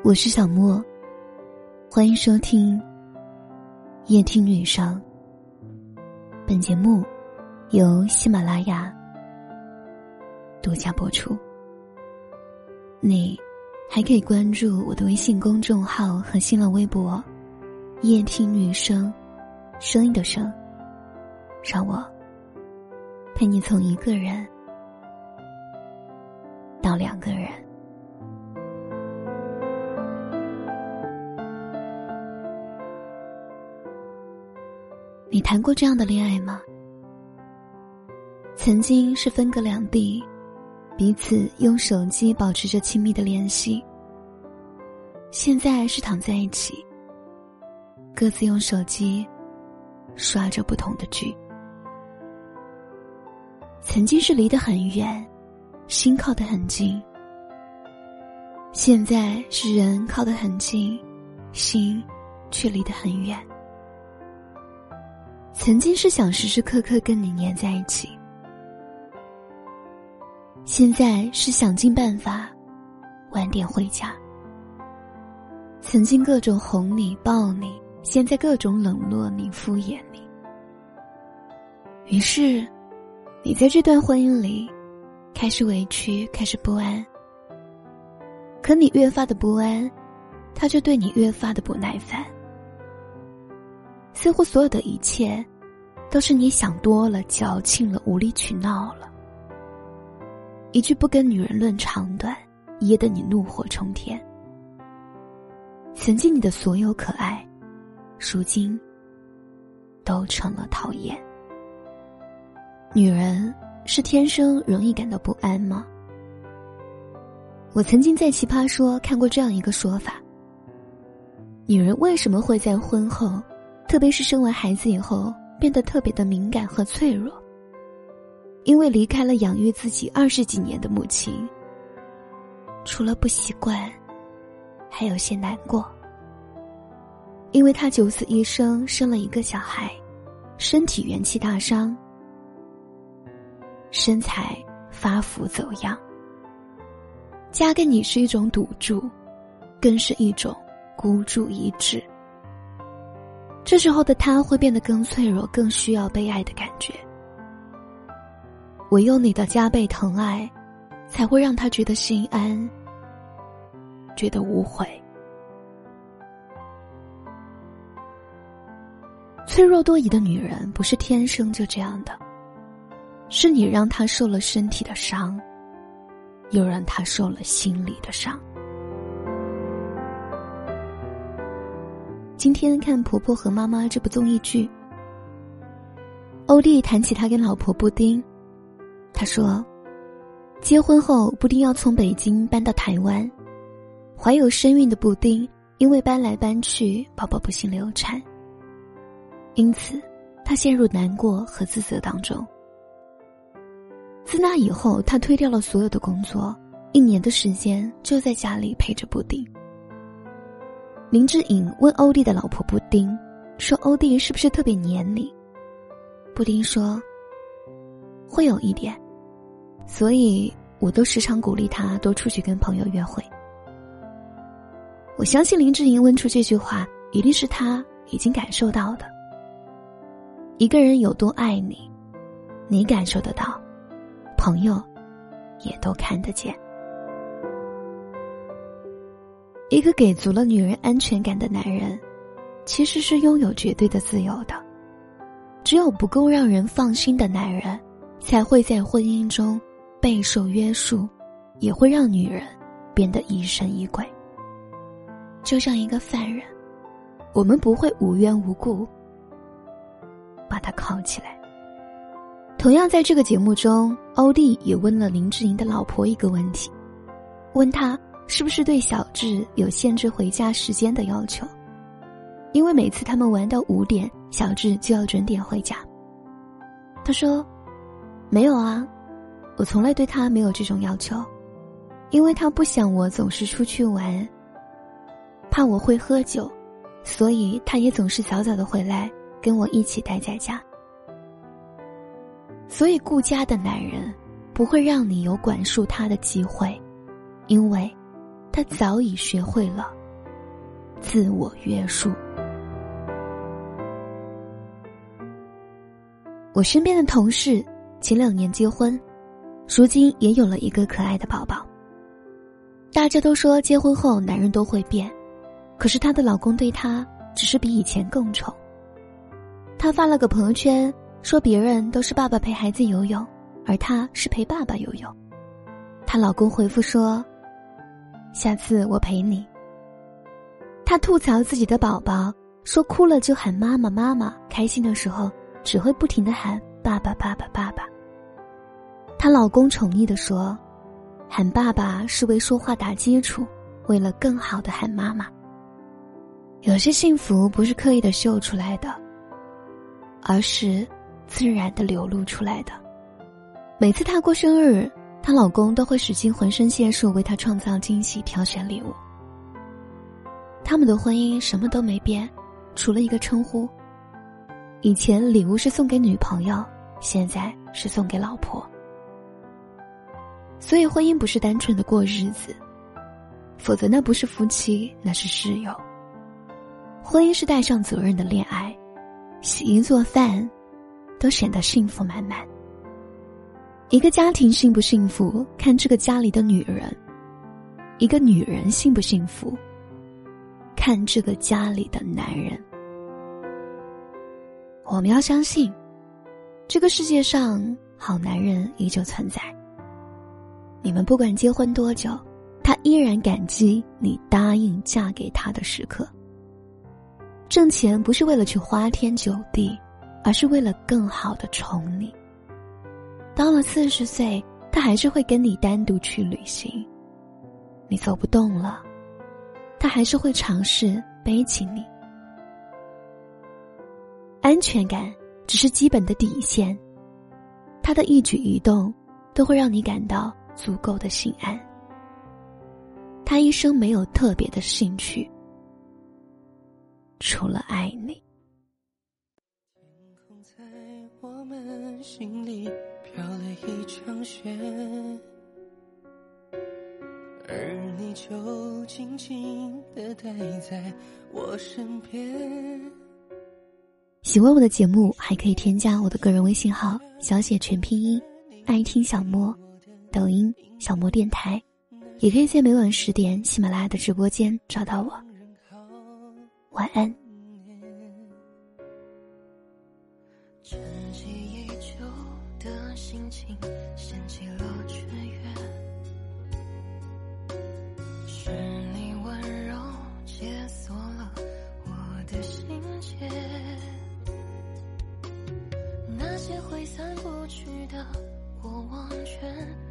我是小莫，欢迎收听夜听女生。本节目由喜马拉雅独家播出。你还可以关注我的微信公众号和新浪微博夜听女生，声音的声，让我陪你从一个人到两个人。你谈过这样的恋爱吗？曾经是分隔两地，彼此用手机保持着亲密的联系，现在是躺在一起，各自用手机刷着不同的剧。曾经是离得很远，心靠得很近，现在是人靠得很近，心却离得很远。曾经是想时时刻刻跟你黏在一起，现在是想尽办法晚点回家。曾经各种哄你抱你，现在各种冷落你敷衍你。于是你在这段婚姻里开始委屈，开始不安。可你越发的不安，他就对你越发的不耐烦。似乎所有的一切都是你想多了，矫情了，无理取闹了。一句不跟女人论长短，噎得你怒火冲天。曾经你的所有可爱，如今都成了讨厌。女人是天生容易感到不安吗？我曾经在奇葩说看过这样一个说法：女人为什么会在婚后，特别是生完孩子以后，变得特别的敏感和脆弱？因为离开了养育自己20几年的母亲，除了不习惯，还有些难过。因为她九死一生生了一个小孩，身体元气大伤，身材发福走样。嫁给你是一种赌注，更是一种孤注一掷。这时候的她会变得更脆弱，更需要被爱的感觉。唯有你的加倍疼爱，才会让她觉得心安，觉得无悔。脆弱多疑的女人不是天生就这样的，是你让她受了身体的伤，又让她受了心理的伤。今天看《婆婆和妈妈》这部综艺剧，欧弟谈起他跟老婆布丁，他说结婚后布丁要从北京搬到台湾，怀有身孕的布丁因为搬来搬去，宝宝不幸流产，因此他陷入难过和自责当中。自那以后，他推掉了所有的工作，1年的时间就在家里陪着布丁。林志颖问欧弟的老婆布丁说，欧弟是不是特别黏你？布丁说会有一点，所以我都时常鼓励他多出去跟朋友约会。我相信林志颖问出这句话，一定是他已经感受到的。一个人有多爱你，你感受得到，朋友也都看得见。一个给足了女人安全感的男人，其实是拥有绝对的自由的。只有不够让人放心的男人，才会在婚姻中备受约束，也会让女人变得疑神疑鬼。就像一个犯人，我们不会无缘无故把他铐起来。同样在这个节目中，欧弟也问了林志颖的老婆一个问题，问他是不是对小智有限制回家时间的要求，因为每次他们玩到5点，小智就要准点回家。他说没有啊，我从来对他没有这种要求，因为他不想我总是出去玩，怕我会喝酒，所以他也总是早早的回来跟我一起待在家。所以顾家的男人不会让你有管束他的机会，因为他早已学会了自我约束。我身边的同事前2年结婚，如今也有了一个可爱的宝宝。大家都说结婚后男人都会变，可是她的老公对她只是比以前更宠。她发了个朋友圈，说别人都是爸爸陪孩子游泳，而她是陪爸爸游泳。她老公回复说，下次我陪你。她吐槽自己的宝宝，说哭了就喊妈妈妈妈，开心的时候只会不停地喊爸爸爸爸爸爸。她老公宠溺地说，喊爸爸是为说话打基础，为了更好地喊妈妈。有些幸福不是刻意的秀出来的，而是自然地流露出来的。每次她过生日，她老公都会使尽浑身解数为她创造惊喜，挑选礼物。他们的婚姻什么都没变，除了一个称呼。以前礼物是送给女朋友，现在是送给老婆。所以婚姻不是单纯的过日子，否则那不是夫妻，那是室友。婚姻是带上责任的恋爱，洗衣做饭都显得幸福满满。一个家庭幸不幸福，看这个家里的女人；一个女人幸不幸福，看这个家里的男人。我们要相信，这个世界上好男人依旧存在。你们不管结婚多久，他依然感激你答应嫁给他的时刻。挣钱不是为了去花天酒地，而是为了更好的宠你。到了40岁，他还是会跟你单独去旅行。你走不动了，他还是会尝试背起你。安全感只是基本的底线，他的一举一动都会让你感到足够的心安。他一生没有特别的兴趣，除了爱你。 天空在我们心里飘了一场雪，而你就静静地待在我身边。 喜欢我的节目，还可以添加我的个人微信号，小写全拼音，爱听小莫，抖音小莫电台，也可以在每晚10点喜马拉雅的直播间找到我。晚安。 沉寂已久的心情掀起了雀跃，是你温柔解锁了我的心结，那些挥散不去的过往全